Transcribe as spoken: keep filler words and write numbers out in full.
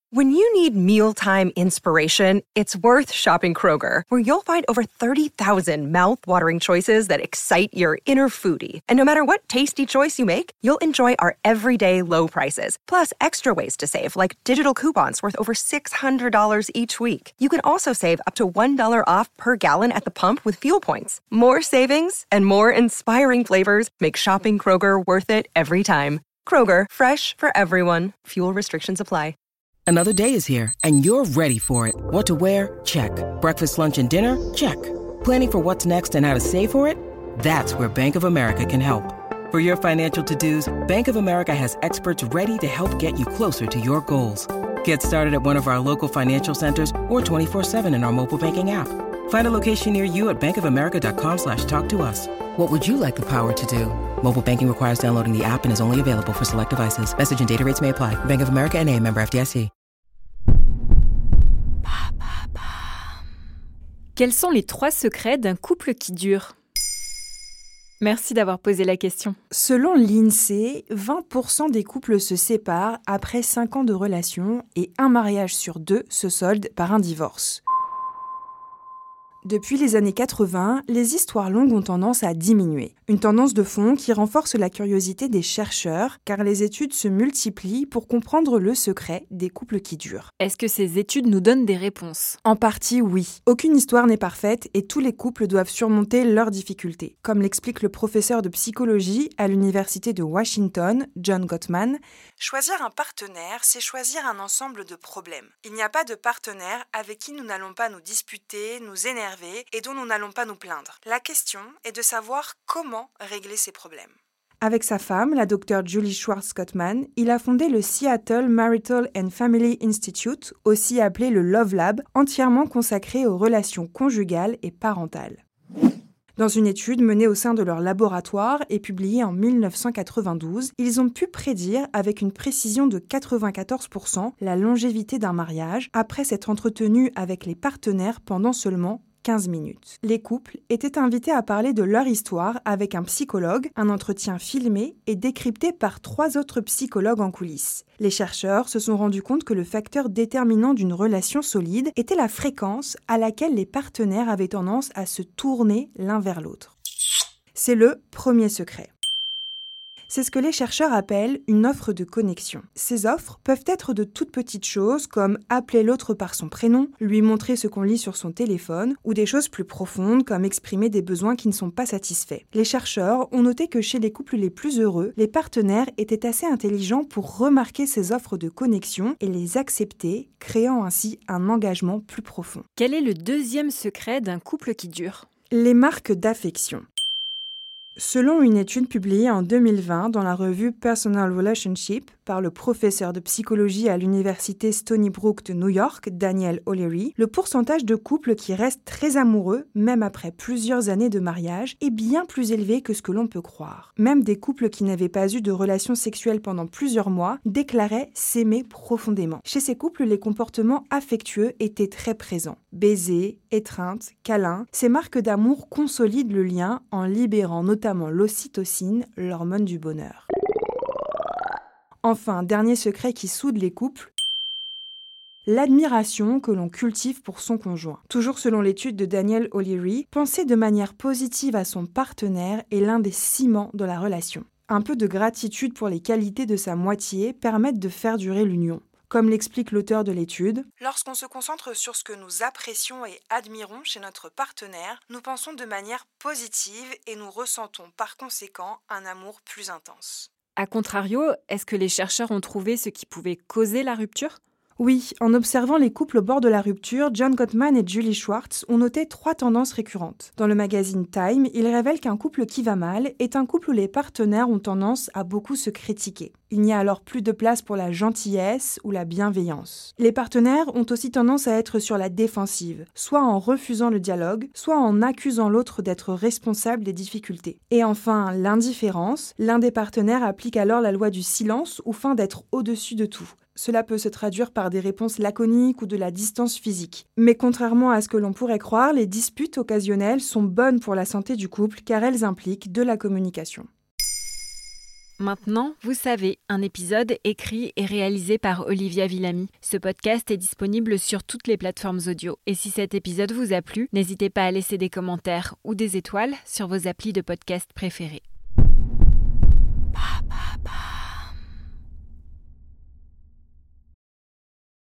When you need mealtime inspiration, it's worth shopping Kroger, where you'll find over thirty thousand mouth-watering choices that excite your inner foodie. And no matter what tasty choice you make, you'll enjoy our everyday low prices, plus extra ways to save, like digital coupons worth over six hundred dollars each week. You can also save up to one dollar off per gallon at the pump with fuel points. More savings and more inspiring flavors make shopping Kroger worth it every time. Kroger, fresh for everyone. Fuel restrictions apply. Another day is here, and you're ready for it. What to wear? Check. Breakfast, lunch, and dinner? Check. Planning for what's next and how to save for it? That's where Bank of America can help. For your financial to-dos, Bank of America has experts ready to help get you closer to your goals. Get started at one of our local financial centers or twenty-four seven in our mobile banking app. Find a location near you at bankofamerica.com slash talk to us. What would you like the power to do? Mobile banking requires downloading the app and is only available for select devices. Message and data rates may apply. Bank of America N A, member F D I C. Quels sont les trois secrets d'un couple qui dure ? Merci d'avoir posé la question. Selon l'INSEE, vingt pour cent des couples se séparent après cinq ans de relation et un mariage sur deux se solde par un divorce. Depuis les années quatre-vingts, les histoires longues ont tendance à diminuer. Une tendance de fond qui renforce la curiosité des chercheurs, car les études se multiplient pour comprendre le secret des couples qui durent. Est-ce que ces études nous donnent des réponses ? En partie, oui. Aucune histoire n'est parfaite et tous les couples doivent surmonter leurs difficultés. Comme l'explique le professeur de psychologie à l'université de Washington, John Gottman, choisir un partenaire, c'est choisir un ensemble de problèmes. Il n'y a pas de partenaire avec qui nous n'allons pas nous disputer, nous énerver, et dont nous n'allons pas nous plaindre. La question est de savoir comment régler ces problèmes. Avec sa femme, la docteure Julie Schwartz-Gottman, il a fondé le Seattle Marital and Family Institute, aussi appelé le Love Lab, entièrement consacré aux relations conjugales et parentales. Dans une étude menée au sein de leur laboratoire et publiée en dix-neuf cent quatre-vingt-douze, ils ont pu prédire avec une précision de quatre-vingt-quatorze pour cent la longévité d'un mariage après s'être entretenu avec les partenaires pendant seulement quinze minutes. Les couples étaient invités à parler de leur histoire avec un psychologue, un entretien filmé et décrypté par trois autres psychologues en coulisses. Les chercheurs se sont rendus compte que le facteur déterminant d'une relation solide était la fréquence à laquelle les partenaires avaient tendance à se tourner l'un vers l'autre. C'est le premier secret. C'est ce que les chercheurs appellent une offre de connexion. Ces offres peuvent être de toutes petites choses comme appeler l'autre par son prénom, lui montrer ce qu'on lit sur son téléphone, ou des choses plus profondes comme exprimer des besoins qui ne sont pas satisfaits. Les chercheurs ont noté que chez les couples les plus heureux, les partenaires étaient assez intelligents pour remarquer ces offres de connexion et les accepter, créant ainsi un engagement plus profond. Quel est le deuxième secret d'un couple qui dure ? Les marques d'affection. Selon une étude publiée en deux mille vingt dans la revue Personal Relationship par le professeur de psychologie à l'université Stony Brook de New York, Daniel O'Leary, le pourcentage de couples qui restent très amoureux, même après plusieurs années de mariage, est bien plus élevé que ce que l'on peut croire. Même des couples qui n'avaient pas eu de relations sexuelles pendant plusieurs mois déclaraient s'aimer profondément. Chez ces couples, les comportements affectueux étaient très présents. Baisers, étreintes, câlins, ces marques d'amour consolident le lien en libérant notamment l'ocytocine, l'hormone du bonheur. Enfin, dernier secret qui soude les couples, l'admiration que l'on cultive pour son conjoint. Toujours selon l'étude de Daniel O'Leary, penser de manière positive à son partenaire est l'un des ciments de la relation. Un peu de gratitude pour les qualités de sa moitié permettent de faire durer l'union. Comme l'explique l'auteur de l'étude, lorsqu'on se concentre sur ce que nous apprécions et admirons chez notre partenaire, nous pensons de manière positive et nous ressentons par conséquent un amour plus intense. A contrario, est-ce que les chercheurs ont trouvé ce qui pouvait causer la rupture ? Oui, en observant les couples au bord de la rupture, John Gottman et Julie Schwartz ont noté trois tendances récurrentes. Dans le magazine Time, ils révèlent qu'un couple qui va mal est un couple où les partenaires ont tendance à beaucoup se critiquer. Il n'y a alors plus de place pour la gentillesse ou la bienveillance. Les partenaires ont aussi tendance à être sur la défensive, soit en refusant le dialogue, soit en accusant l'autre d'être responsable des difficultés. Et enfin, l'indifférence. L'un des partenaires applique alors la loi du silence ou feint d'être au-dessus de tout. Cela peut se traduire par des réponses laconiques ou de la distance physique. Mais contrairement à ce que l'on pourrait croire, les disputes occasionnelles sont bonnes pour la santé du couple car elles impliquent de la communication. Maintenant, vous savez, un épisode écrit et réalisé par Olivia Villamy. Ce podcast est disponible sur toutes les plateformes audio. Et si cet épisode vous a plu, n'hésitez pas à laisser des commentaires ou des étoiles sur vos applis de podcast préférés. Pa, pa, pa.